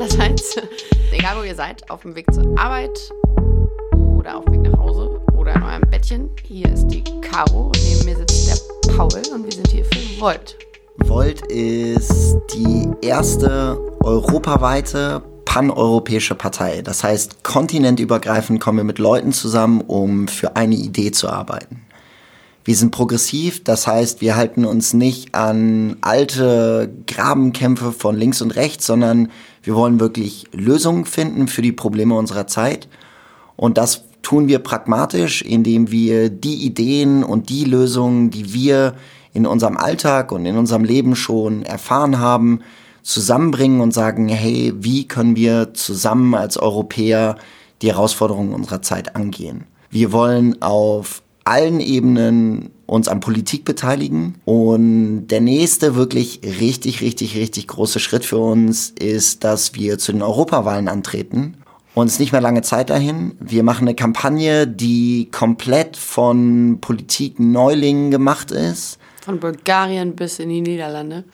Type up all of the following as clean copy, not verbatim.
allerseits. Egal, wo ihr seid, auf dem Weg zur Arbeit oder auf dem Weg nach Hause oder in eurem Bettchen. Hier ist die Caro, neben mir sitzt der Paul und wir sind hier für Volt. Volt ist die erste europaweite paneuropäische Partei. Das heißt, kontinentübergreifend kommen wir mit Leuten zusammen, um für eine Idee zu arbeiten. Wir sind progressiv, das heißt, wir halten uns nicht an alte Grabenkämpfe von links und rechts, sondern wir wollen wirklich Lösungen finden für die Probleme unserer Zeit. Und das tun wir pragmatisch, indem wir die Ideen und die Lösungen, die wir in unserem Alltag und in unserem Leben schon erfahren haben, zusammenbringen und sagen, hey, wie können wir zusammen als Europäer die Herausforderungen unserer Zeit angehen? Wir wollen auf allen Ebenen uns an Politik beteiligen. Und der nächste wirklich richtig große Schritt für uns ist, dass wir zu den Europawahlen antreten. Und es ist nicht mehr lange Zeit dahin. Wir machen eine Kampagne, die komplett von Politik-Neulingen gemacht ist. Von Bulgarien bis in die Niederlande.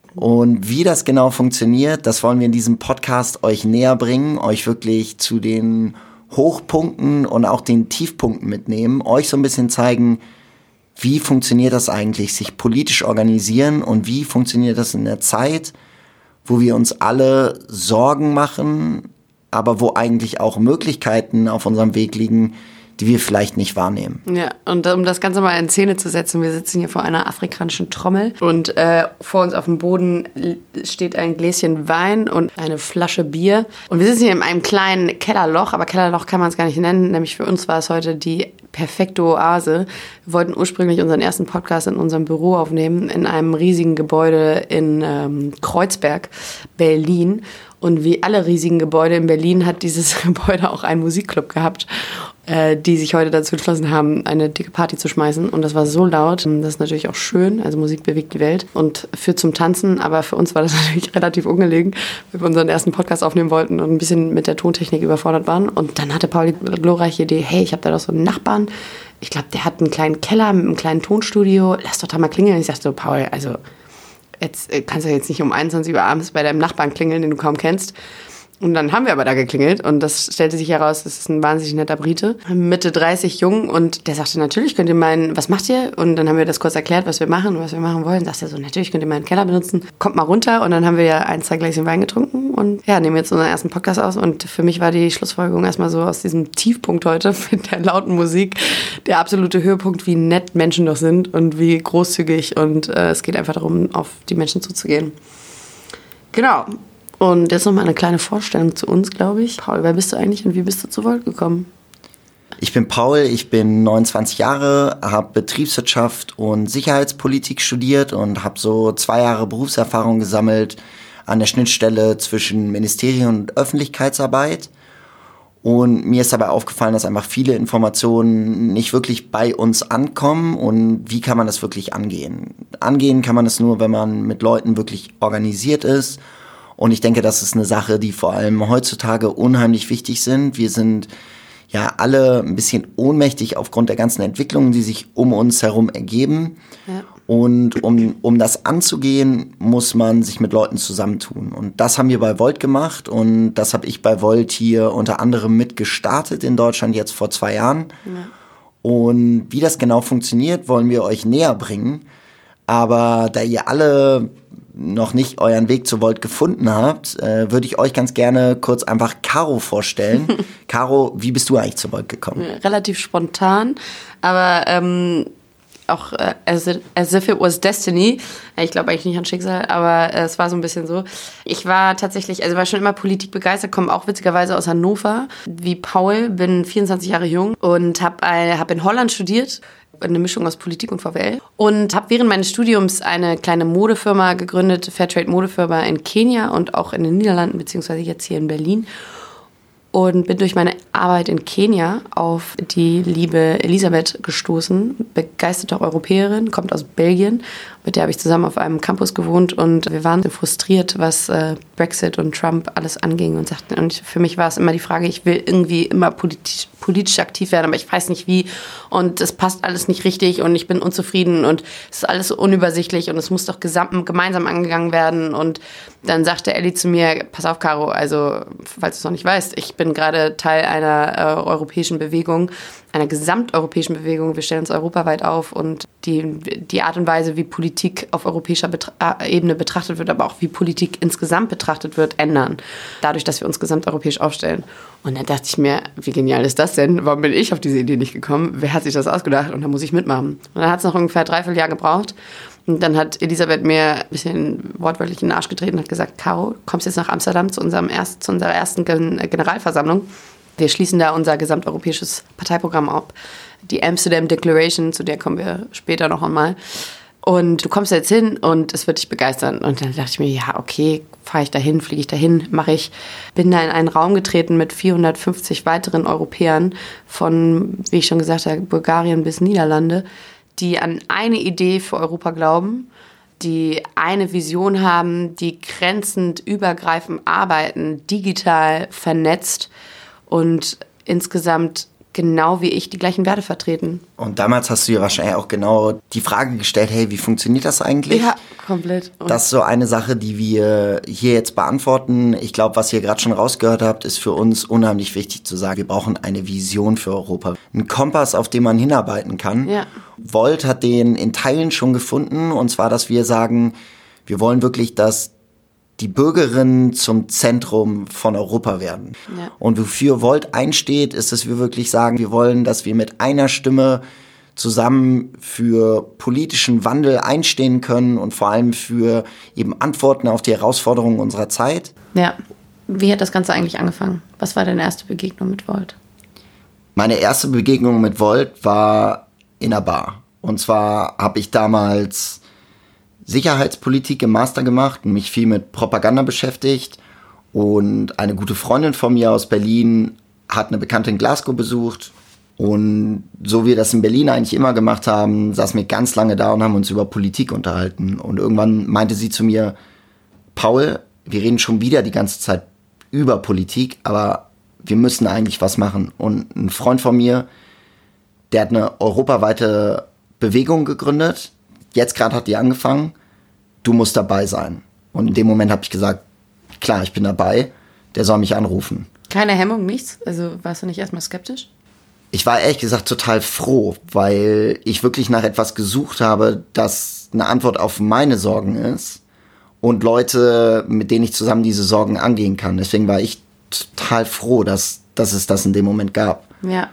Und wie das genau funktioniert, das wollen wir in diesem Podcast euch näher bringen, euch wirklich zu den Hochpunkten und auch den Tiefpunkten mitnehmen, euch so ein bisschen zeigen, wie funktioniert das eigentlich, sich politisch organisieren und wie funktioniert das in der Zeit, wo wir uns alle Sorgen machen, aber wo eigentlich auch Möglichkeiten auf unserem Weg liegen, die wir vielleicht nicht wahrnehmen. Ja, und um das Ganze mal in Szene zu setzen, wir sitzen hier vor einer afrikanischen Trommel und vor uns auf dem Boden steht ein Gläschen Wein und eine Flasche Bier. Und wir sitzen hier in einem kleinen Kellerloch, aber Kellerloch kann man es gar nicht nennen, nämlich für uns war es heute die perfekte Oase. Wir wollten ursprünglich unseren ersten Podcast in unserem Büro aufnehmen, in einem riesigen Gebäude in Kreuzberg, Berlin. Und wie alle riesigen Gebäude in Berlin hat dieses Gebäude auch einen Musikclub gehabt, die sich heute dazu entschlossen haben, eine dicke Party zu schmeißen. Und das war so laut, das ist natürlich auch schön, also Musik bewegt die Welt und führt zum Tanzen. Aber für uns war das natürlich relativ ungelegen, weil wir unseren ersten Podcast aufnehmen wollten und ein bisschen mit der Tontechnik überfordert waren. Und dann hatte Paul die glorreiche Idee, hey, ich habe da doch so einen Nachbarn, ich glaube, der hat einen kleinen Keller mit einem kleinen Tonstudio, lass doch da mal klingeln. Und ich sagte so, Paul, also jetzt kannst du jetzt nicht um 21 Uhr abends bei deinem Nachbarn klingeln, den du kaum kennst. Und dann haben wir aber da geklingelt und das stellte sich heraus, das ist ein wahnsinnig netter Brite, Mitte 30 jung und der sagte, natürlich könnt ihr meinen, was macht ihr? Und dann haben wir das kurz erklärt, was wir machen und was wir machen wollen. Sagt er so, natürlich könnt ihr meinen Keller benutzen, kommt mal runter und dann haben wir ja 1-2 Gläschen Wein getrunken und ja, nehmen jetzt unseren ersten Podcast aus und für mich war die Schlussfolgerung erstmal so aus diesem Tiefpunkt heute mit der lauten Musik der absolute Höhepunkt, wie nett Menschen doch sind und wie großzügig und es geht einfach darum, auf die Menschen zuzugehen. Genau. Und jetzt nochmal eine kleine Vorstellung zu uns, glaube ich. Paul, wer bist du eigentlich und wie bist du zu Volt gekommen? Ich bin Paul, ich bin 29 Jahre, habe Betriebswirtschaft und Sicherheitspolitik studiert und habe so 2 Jahre Berufserfahrung gesammelt an der Schnittstelle zwischen Ministerien und Öffentlichkeitsarbeit. Und mir ist dabei aufgefallen, dass einfach viele Informationen nicht wirklich bei uns ankommen. Und wie kann man das wirklich angehen? Angehen kann man es nur, wenn man mit Leuten wirklich organisiert ist. Und ich denke, das ist eine Sache, die vor allem heutzutage unheimlich wichtig sind. Wir sind ja alle ein bisschen ohnmächtig aufgrund der ganzen Entwicklungen, die sich um uns herum ergeben. Ja. Und um das anzugehen, muss man sich mit Leuten zusammentun. Und das haben wir bei Volt gemacht. Und das habe ich bei Volt hier unter anderem mit gestartet in Deutschland jetzt vor 2 Jahren. Ja. Und wie das genau funktioniert, wollen wir euch näher bringen. Aber da ihr alle noch nicht euren Weg zu Volt gefunden habt, würde ich euch ganz gerne kurz einfach Caro vorstellen. Caro, wie bist du eigentlich zu Volt gekommen? Relativ spontan, aber auch as if it was destiny. Ich glaube eigentlich nicht an Schicksal, aber es war so ein bisschen so. Ich war tatsächlich, also war schon immer Politik begeistert, komme auch witzigerweise aus Hannover. Wie Paul, bin 24 Jahre jung und hab in Holland studiert. Eine Mischung aus Politik und VWL. Und habe während meines Studiums eine kleine Modefirma gegründet, Fairtrade-Modefirma in Kenia und auch in den Niederlanden, beziehungsweise jetzt hier in Berlin. Und bin durch meine Arbeit in Kenia auf die liebe Elisabeth gestoßen, begeisterte Europäerin, kommt aus Belgien Mit der habe ich zusammen auf einem Campus gewohnt und wir waren frustriert, was Brexit und Trump alles anging und sagten, und für mich war es immer die Frage, ich will irgendwie immer politisch aktiv werden, aber ich weiß nicht wie und es passt alles nicht richtig und ich bin unzufrieden und es ist alles so unübersichtlich und es muss doch gemeinsam angegangen werden. Und dann sagte Elli zu mir, pass auf, Caro, also falls du es noch nicht weißt, ich bin gerade Teil einer europäischen Bewegung, einer gesamteuropäischen Bewegung. Wir stellen uns europaweit auf und die Art und Weise, wie Politik auf europäischer Ebene betrachtet wird, aber auch wie Politik insgesamt betrachtet wird, ändern. Dadurch, dass wir uns gesamteuropäisch aufstellen. Und dann dachte ich mir, wie genial ist das denn? Warum bin ich auf diese Idee nicht gekommen? Wer hat sich das ausgedacht? Und da muss ich mitmachen. Und dann hat es noch ungefähr 3/4 Jahr gebraucht. Und dann hat Elisabeth mir ein bisschen wortwörtlich in den Arsch getreten und hat gesagt, Caro, kommst jetzt nach Amsterdam zu unserer ersten Generalversammlung. Wir schließen da unser gesamteuropäisches Parteiprogramm ab. Die Amsterdam Declaration, zu der kommen wir später noch einmal. Und du kommst jetzt hin und es wird dich begeistern. Und dann dachte ich mir, ja, okay, fahre ich dahin, fliege ich dahin, mache ich. Bin da in einen Raum getreten mit 450 weiteren Europäern von, wie ich schon gesagt habe, Bulgarien bis Niederlande, die an eine Idee für Europa glauben, die eine Vision haben, die grenzend übergreifend arbeiten, digital vernetzt und insgesamt genau wie ich die gleichen Werte vertreten. Und damals hast du dir wahrscheinlich auch genau die Frage gestellt, hey, wie funktioniert das eigentlich? Ja, komplett. Und das ist so eine Sache, die wir hier jetzt beantworten. Ich glaube, was ihr gerade schon rausgehört habt, ist für uns unheimlich wichtig zu sagen, wir brauchen eine Vision für Europa. Ein Kompass, auf den man hinarbeiten kann. Ja. Volt hat den in Teilen schon gefunden, und zwar, dass wir sagen, wir wollen wirklich, dass die Bürgerinnen zum Zentrum von Europa werden. Ja. Und wofür Volt einsteht, ist, dass wir wirklich sagen, wir wollen, dass wir mit einer Stimme zusammen für politischen Wandel einstehen können und vor allem für eben Antworten auf die Herausforderungen unserer Zeit. Ja. Wie hat das Ganze eigentlich angefangen? Was war deine erste Begegnung mit Volt? Meine erste Begegnung mit Volt war in einer Bar. Und zwar habe ich damals Sicherheitspolitik im Master gemacht und mich viel mit Propaganda beschäftigt. Und eine gute Freundin von mir aus Berlin hat eine Bekannte in Glasgow besucht. Und so wie wir das in Berlin eigentlich immer gemacht haben, saßen wir ganz lange da und haben uns über Politik unterhalten. Und irgendwann meinte sie zu mir, Paul, wir reden schon wieder die ganze Zeit über Politik, aber wir müssen eigentlich was machen. Und ein Freund von mir, der hat eine europaweite Bewegung gegründet. Jetzt gerade hat die angefangen, du musst dabei sein. Und in dem Moment habe ich gesagt, klar, ich bin dabei, der soll mich anrufen. Keine Hemmung, nichts? Also warst du nicht erstmal skeptisch? Ich war ehrlich gesagt total froh, weil ich wirklich nach etwas gesucht habe, das eine Antwort auf meine Sorgen ist und Leute, mit denen ich zusammen diese Sorgen angehen kann. Deswegen war ich total froh, dass es das in dem Moment gab. Ja.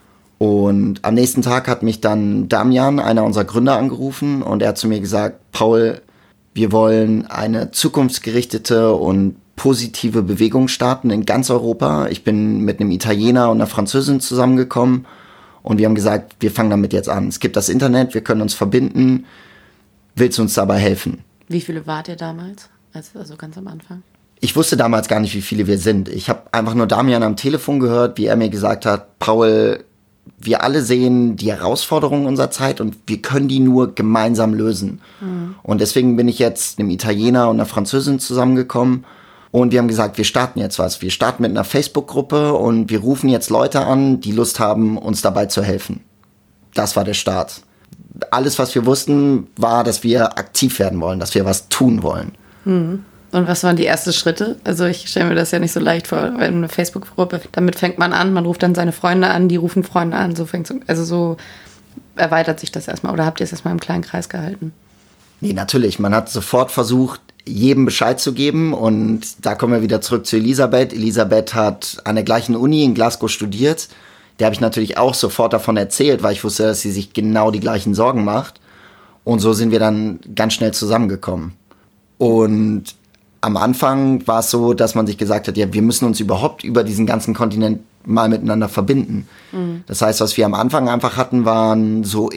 Und am nächsten Tag hat mich dann Damian, einer unserer Gründer, angerufen und er hat zu mir gesagt, Paul, wir wollen eine zukunftsgerichtete und positive Bewegung starten in ganz Europa. Ich bin mit einem Italiener und einer Französin zusammengekommen und wir haben gesagt, wir fangen damit jetzt an. Es gibt das Internet, wir können uns verbinden. Willst du uns dabei helfen? Wie viele wart ihr damals, also ganz am Anfang? Ich wusste damals gar nicht, wie viele wir sind. Ich habe einfach nur Damian am Telefon gehört, wie er mir gesagt hat, Paul, wir alle sehen die Herausforderungen unserer Zeit und wir können die nur gemeinsam lösen. Mhm. Und deswegen bin ich jetzt mit einem Italiener und einer Französin zusammengekommen und wir haben gesagt, wir starten jetzt was. Wir starten mit einer Facebook-Gruppe und wir rufen jetzt Leute an, die Lust haben, uns dabei zu helfen. Das war der Start. Alles, was wir wussten, war, dass wir aktiv werden wollen, dass wir was tun wollen. Mhm. Und was waren die ersten Schritte? Also ich stelle mir das ja nicht so leicht vor, eine Facebook-Gruppe. Damit fängt man an, man ruft dann seine Freunde an, die rufen Freunde an. So erweitert sich das erstmal. Oder habt ihr es erstmal im kleinen Kreis gehalten? Nee, natürlich. Man hat sofort versucht, jedem Bescheid zu geben. Und da kommen wir wieder zurück zu Elisabeth. Elisabeth hat an der gleichen Uni in Glasgow studiert. Der habe ich natürlich auch sofort davon erzählt, weil ich wusste, dass sie sich genau die gleichen Sorgen macht. Und so sind wir dann ganz schnell zusammengekommen. Und am Anfang war es so, dass man sich gesagt hat, ja, wir müssen uns überhaupt über diesen ganzen Kontinent mal miteinander verbinden. Mhm. Das heißt, was wir am Anfang einfach hatten, waren so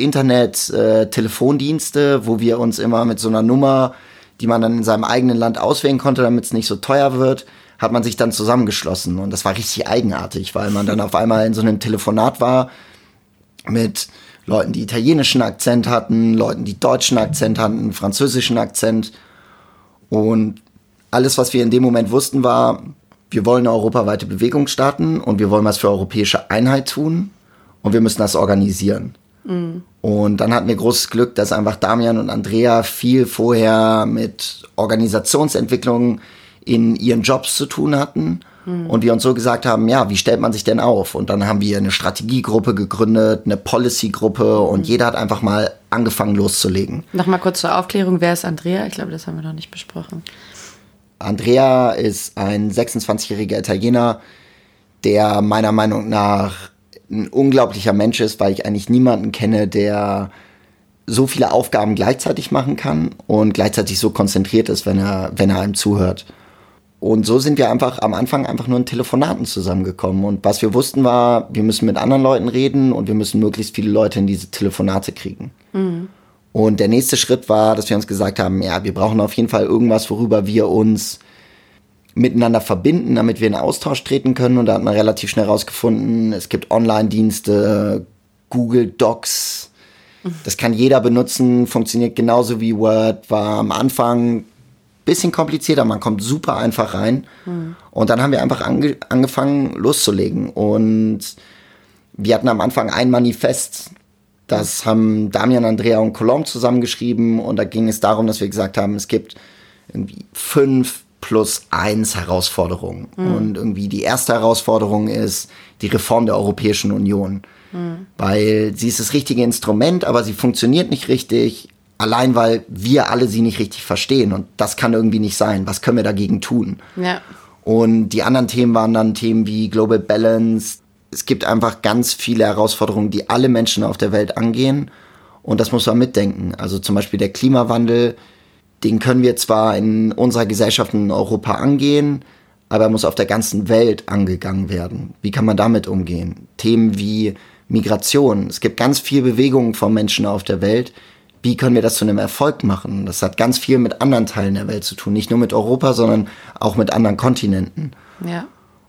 Internet-Telefondienste, wo wir uns immer mit so einer Nummer, die man dann in seinem eigenen Land auswählen konnte, damit es nicht so teuer wird, hat man sich dann zusammengeschlossen. Und das war richtig eigenartig, weil man dann auf einmal in so einem Telefonat war mit Leuten, die italienischen Akzent hatten, Leuten, die deutschen Akzent hatten, französischen Akzent. Und alles, was wir in dem Moment wussten, war, wir wollen eine europaweite Bewegung starten und wir wollen was für europäische Einheit tun und wir müssen das organisieren. Mhm. Und dann hatten wir großes Glück, dass einfach Damian und Andrea viel vorher mit Organisationsentwicklung in ihren Jobs zu tun hatten. Und wir uns so gesagt haben, ja, wie stellt man sich denn auf? Und dann haben wir eine Strategiegruppe gegründet, eine Policy-Gruppe und jeder hat einfach mal angefangen loszulegen. Nochmal kurz zur Aufklärung, wer ist Andrea? Ich glaube, das haben wir noch nicht besprochen. Andrea ist ein 26-jähriger Italiener, der meiner Meinung nach ein unglaublicher Mensch ist, weil ich eigentlich niemanden kenne, der so viele Aufgaben gleichzeitig machen kann und gleichzeitig so konzentriert ist, wenn er einem zuhört. Und so sind wir einfach am Anfang einfach nur in Telefonaten zusammengekommen. Und was wir wussten war, wir müssen mit anderen Leuten reden und wir müssen möglichst viele Leute in diese Telefonate kriegen. Mhm. Und der nächste Schritt war, dass wir uns gesagt haben, ja, wir brauchen auf jeden Fall irgendwas, worüber wir uns miteinander verbinden, damit wir in Austausch treten können. Und da hat man relativ schnell rausgefunden, es gibt Online-Dienste, Google Docs. Das kann jeder benutzen, funktioniert genauso wie Word, war am Anfang bisschen komplizierter, man kommt super einfach rein. Und dann haben wir einfach angefangen loszulegen. Und wir hatten am Anfang ein Manifest, das haben Damian, Andrea und Colombe zusammengeschrieben. Und da ging es darum, dass wir gesagt haben, es gibt irgendwie 5+1 Herausforderungen. Und irgendwie die erste Herausforderung ist die Reform der Europäischen Union. Weil sie ist das richtige Instrument, aber sie funktioniert nicht richtig. Allein, weil wir alle sie nicht richtig verstehen. Und das kann irgendwie nicht sein. Was können wir dagegen tun? Ja. Und die anderen Themen waren dann Themen wie Global Balance. Es gibt einfach ganz viele Herausforderungen, die alle Menschen auf der Welt angehen. Und das muss man mitdenken. Also zum Beispiel der Klimawandel, den können wir zwar in unserer Gesellschaft in Europa angehen, aber er muss auf der ganzen Welt angegangen werden. Wie kann man damit umgehen? Themen wie Migration. Es gibt ganz viele Bewegungen von Menschen auf der Welt. Wie können wir das zu einem Erfolg machen? Das hat ganz viel mit anderen Teilen der Welt zu tun. Nicht nur mit Europa, sondern auch mit anderen Kontinenten. Ja.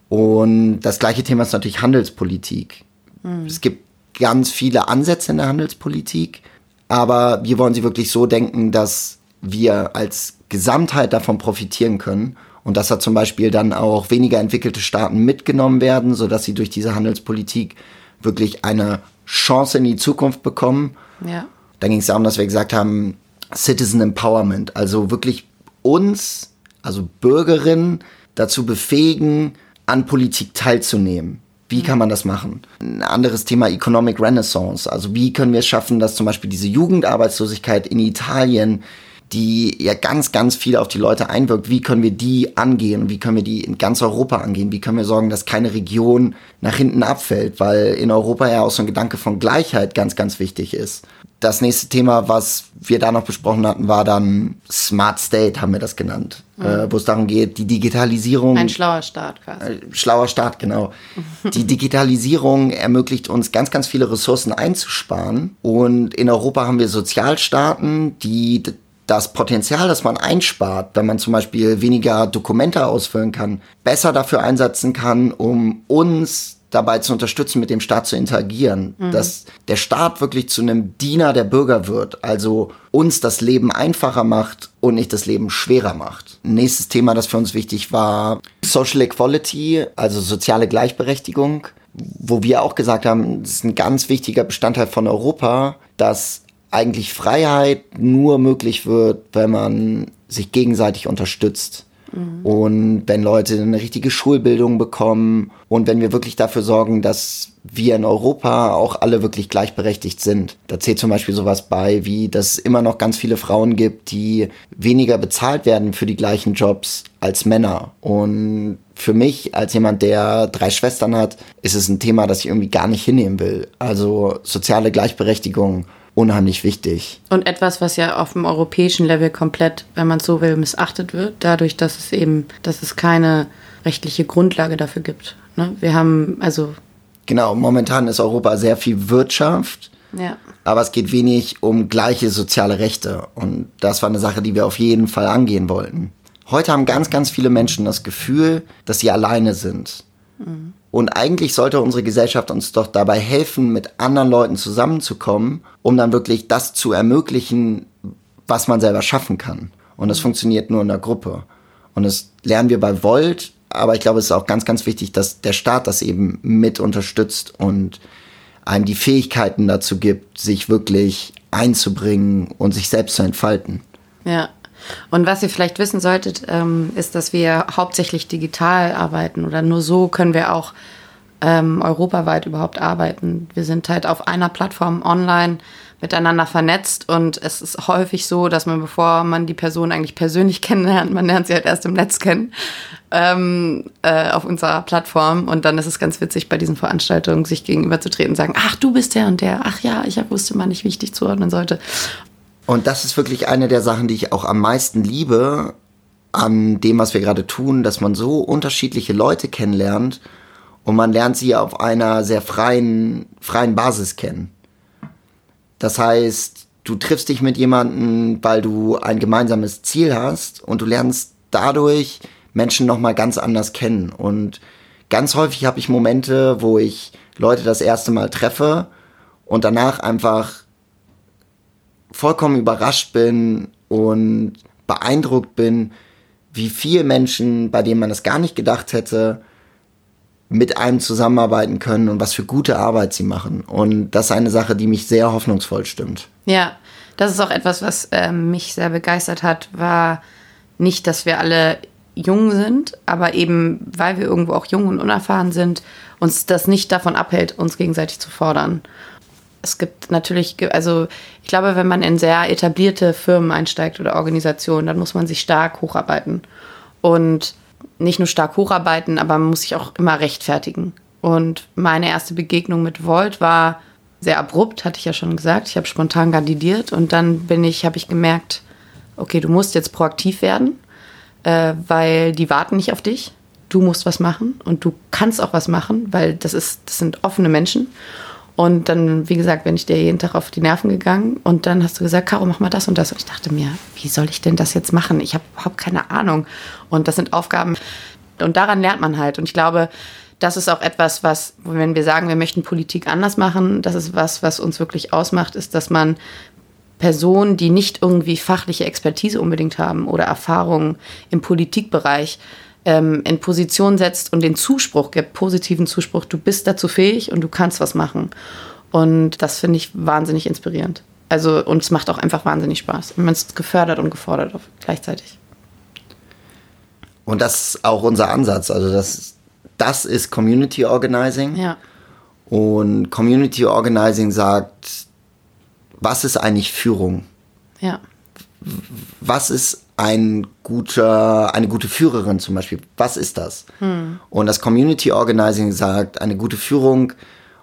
Und das gleiche Thema ist natürlich Handelspolitik. Es gibt ganz viele Ansätze in der Handelspolitik, aber wir wollen sie wirklich so denken, dass wir als Gesamtheit davon profitieren können. Und dass da zum Beispiel dann auch weniger entwickelte Staaten mitgenommen werden, sodass sie durch diese Handelspolitik wirklich eine Chance in die Zukunft bekommen. Ja. Dann ging es darum, dass wir gesagt haben, Citizen Empowerment, also wirklich uns, also Bürgerinnen, dazu befähigen, an Politik teilzunehmen. Wie kann man das machen? Ein anderes Thema, Economic Renaissance. Also wie können wir es schaffen, dass zum Beispiel diese Jugendarbeitslosigkeit in Italien, die ja ganz, ganz viel auf die Leute einwirkt, wie können wir die angehen? Wie können wir die in ganz Europa angehen? Wie können wir sorgen, dass keine Region nach hinten abfällt? Weil in Europa ja auch so ein Gedanke von Gleichheit ganz, ganz wichtig ist. Das nächste Thema, was wir da noch besprochen hatten, war dann Smart State, haben wir das genannt. Wo es darum geht, die Digitalisierung... Ein schlauer Staat quasi. Schlauer Staat, genau. Die Digitalisierung ermöglicht uns ganz, ganz viele Ressourcen einzusparen. Und in Europa haben wir Sozialstaaten, die das Potenzial, das man einspart, wenn man zum Beispiel weniger Dokumente ausfüllen kann, besser dafür einsetzen kann, um uns dabei zu unterstützen, mit dem Staat zu interagieren. Dass der Staat wirklich zu einem Diener der Bürger wird, also uns das Leben einfacher macht und nicht das Leben schwerer macht. Nächstes Thema, das für uns wichtig war, Social Equality, also soziale Gleichberechtigung, wo wir auch gesagt haben, das ist ein ganz wichtiger Bestandteil von Europa, dass eigentlich Freiheit nur möglich wird, wenn man sich gegenseitig unterstützt. Und wenn Leute eine richtige Schulbildung bekommen und wenn wir wirklich dafür sorgen, dass wir in Europa auch alle wirklich gleichberechtigt sind. Da zählt zum Beispiel sowas bei, wie dass es immer noch ganz viele Frauen gibt, die weniger bezahlt werden für die gleichen Jobs als Männer. Und für mich, als jemand, der 3 Schwestern hat, ist es ein Thema, das ich irgendwie gar nicht hinnehmen will. Also soziale Gleichberechtigung, unheimlich wichtig. Und etwas, was ja auf dem europäischen Level komplett, wenn man es so will, missachtet wird, dadurch, dass es keine rechtliche Grundlage dafür gibt. Ne? Wir haben also... Genau, momentan ist Europa sehr viel Wirtschaft, ja, aber es geht wenig um gleiche soziale Rechte. Und das war eine Sache, die wir auf jeden Fall angehen wollten. Heute haben ganz, ganz viele Menschen das Gefühl, dass sie alleine sind. Und eigentlich sollte unsere Gesellschaft uns doch dabei helfen, mit anderen Leuten zusammenzukommen, um dann wirklich das zu ermöglichen, was man selber schaffen kann. Und das funktioniert nur in der Gruppe. Und das lernen wir bei Volt, aber ich glaube, es ist auch ganz, ganz wichtig, dass der Staat das eben mit unterstützt und einem die Fähigkeiten dazu gibt, sich wirklich einzubringen und sich selbst zu entfalten. Ja. Und was ihr vielleicht wissen solltet, ist, dass wir hauptsächlich digital arbeiten oder nur so können wir auch europaweit überhaupt arbeiten. Wir sind halt auf einer Plattform online miteinander vernetzt und es ist häufig so, dass man, bevor man die Person eigentlich persönlich kennenlernt, man lernt sie halt erst im Netz kennen, auf unserer Plattform. Und dann ist es ganz witzig, bei diesen Veranstaltungen sich gegenüberzutreten und sagen, ach, du bist der und der, ach ja, ich wusste mal nicht, wie ich dich zuordnen sollte. Und das ist wirklich eine der Sachen, die ich auch am meisten liebe an dem, was wir gerade tun, dass man so unterschiedliche Leute kennenlernt und man lernt sie auf einer sehr freien Basis kennen. Das heißt, du triffst dich mit jemandem, weil du ein gemeinsames Ziel hast und du lernst dadurch Menschen nochmal ganz anders kennen. Und ganz häufig habe ich Momente, wo ich Leute das erste Mal treffe und danach einfach vollkommen überrascht bin und beeindruckt bin, wie viele Menschen, bei denen man es gar nicht gedacht hätte, mit einem zusammenarbeiten können und was für gute Arbeit sie machen. Und das ist eine Sache, die mich sehr hoffnungsvoll stimmt. Ja, das ist auch etwas, was mich sehr begeistert hat, war nicht, dass wir alle jung sind, aber eben, weil wir irgendwo auch jung und unerfahren sind, uns das nicht davon abhält, uns gegenseitig zu fordern. Es gibt natürlich, also ich glaube, wenn man in sehr etablierte Firmen einsteigt oder Organisationen, dann muss man sich stark hocharbeiten. Und nicht nur stark hocharbeiten, aber man muss sich auch immer rechtfertigen. Und meine erste Begegnung mit Volt war sehr abrupt, hatte ich ja schon gesagt. Ich habe spontan kandidiert und dann habe ich gemerkt, okay, du musst jetzt proaktiv werden, weil die warten nicht auf dich. Du musst was machen und du kannst auch was machen, weil das sind offene Menschen. Und dann, wie gesagt, bin ich dir jeden Tag auf die Nerven gegangen und dann hast du gesagt, Caro, mach mal das und das. Und ich dachte mir, wie soll ich denn das jetzt machen? Ich habe überhaupt keine Ahnung. Und das sind Aufgaben und daran lernt man halt. Und ich glaube, das ist auch etwas, was, wenn wir sagen, wir möchten Politik anders machen, das ist was uns wirklich ausmacht, ist, dass man Personen, die nicht irgendwie fachliche Expertise unbedingt haben oder Erfahrungen im Politikbereich, in Position setzt und den Zuspruch gibt, positiven Zuspruch, du bist dazu fähig und du kannst was machen. Und das finde ich wahnsinnig inspirierend. Also, und es macht auch einfach wahnsinnig Spaß. Man ist gefördert und gefordert gleichzeitig. Und das ist auch unser Ansatz. Also das ist Community Organizing. Ja. Und Community Organizing sagt, was ist eigentlich Führung? Ja. Was ist eine gute Führerin zum Beispiel? Was ist das? Und das Community Organizing sagt, eine gute Führung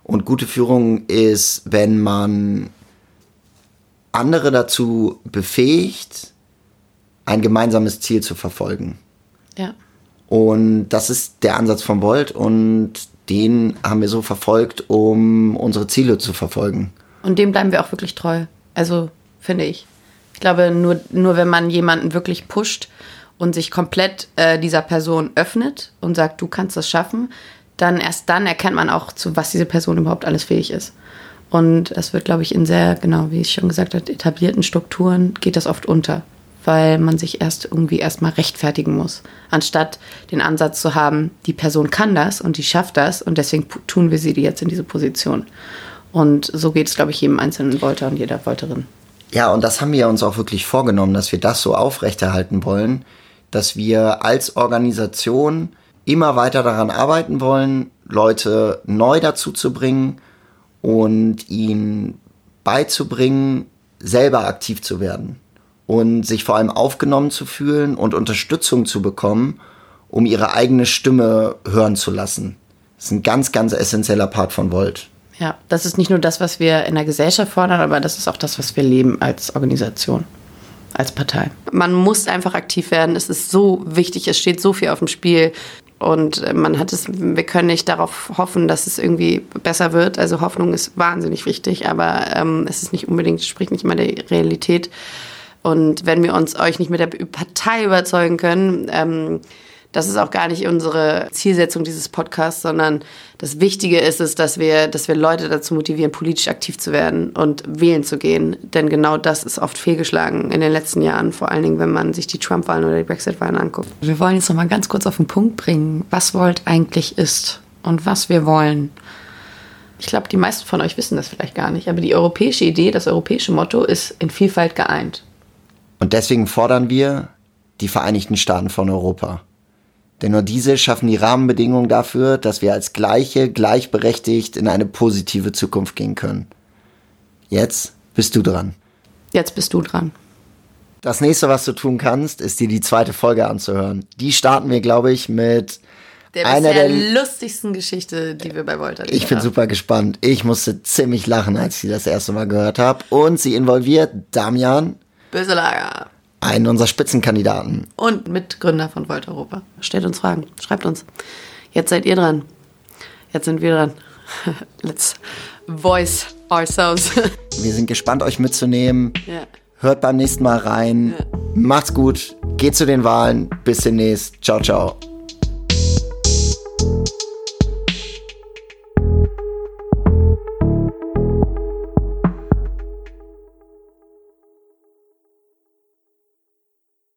ist, wenn man andere dazu befähigt, ein gemeinsames Ziel zu verfolgen. Ja. Und das ist der Ansatz von Volt und den haben wir so verfolgt, um unsere Ziele zu verfolgen. Und dem bleiben wir auch wirklich treu. Also, finde ich. Ich glaube, nur wenn man jemanden wirklich pusht und sich komplett dieser Person öffnet und sagt, du kannst das schaffen, erst dann erkennt man auch, zu was diese Person überhaupt alles fähig ist. Und das wird, glaube ich, in sehr, genau, wie ich schon gesagt habe, etablierten Strukturen geht das oft unter, weil man sich erstmal rechtfertigen muss, anstatt den Ansatz zu haben, die Person kann das und die schafft das und deswegen tun wir sie jetzt in diese Position. Und so geht es, glaube ich, jedem einzelnen Volter und jeder Volterin. Ja, und das haben wir uns auch wirklich vorgenommen, dass wir das so aufrechterhalten wollen, dass wir als Organisation immer weiter daran arbeiten wollen, Leute neu dazu zu bringen und ihnen beizubringen, selber aktiv zu werden und sich vor allem aufgenommen zu fühlen und Unterstützung zu bekommen, um ihre eigene Stimme hören zu lassen. Das ist ein ganz, ganz essentieller Part von Volt. Ja, das ist nicht nur das, was wir in der Gesellschaft fordern, aber das ist auch das, was wir leben als Organisation, als Partei. Man muss einfach aktiv werden. Es ist so wichtig, es steht so viel auf dem Spiel. Und wir können nicht darauf hoffen, dass es irgendwie besser wird. Also Hoffnung ist wahnsinnig wichtig, aber es ist nicht unbedingt, spricht nicht immer der Realität. Und wenn wir euch nicht mit der Partei überzeugen können, Das ist auch gar nicht unsere Zielsetzung dieses Podcasts, sondern das Wichtige ist es, dass wir Leute dazu motivieren, politisch aktiv zu werden und wählen zu gehen. Denn genau das ist oft fehlgeschlagen in den letzten Jahren, vor allen Dingen, wenn man sich die Trump-Wahlen oder die Brexit-Wahlen anguckt. Wir wollen jetzt noch mal ganz kurz auf den Punkt bringen, was Volt eigentlich ist und was wir wollen. Ich glaube, die meisten von euch wissen das vielleicht gar nicht, aber die europäische Idee, das europäische Motto ist in Vielfalt geeint. Und deswegen fordern wir die Vereinigten Staaten von Europa. Denn nur diese schaffen die Rahmenbedingungen dafür, dass wir als gleichberechtigt in eine positive Zukunft gehen können. Jetzt bist du dran. Jetzt bist du dran. Das nächste, was du tun kannst, ist dir die 2. Folge anzuhören. Die starten wir, glaube ich, mit einer der lustigsten Geschichte, die wir bei Volt hatten. Ich bin super gespannt. Ich musste ziemlich lachen, als ich sie das erste Mal gehört habe. Und sie involviert Damian Böselager. Einen unserer Spitzenkandidaten. Und Mitgründer von Volt Europa. Stellt uns Fragen, schreibt uns. Jetzt seid ihr dran. Jetzt sind wir dran. Let's voice ourselves. Wir sind gespannt, euch mitzunehmen. Ja. Hört beim nächsten Mal rein. Ja. Macht's gut. Geht zu den Wahlen. Bis demnächst. Ciao, ciao.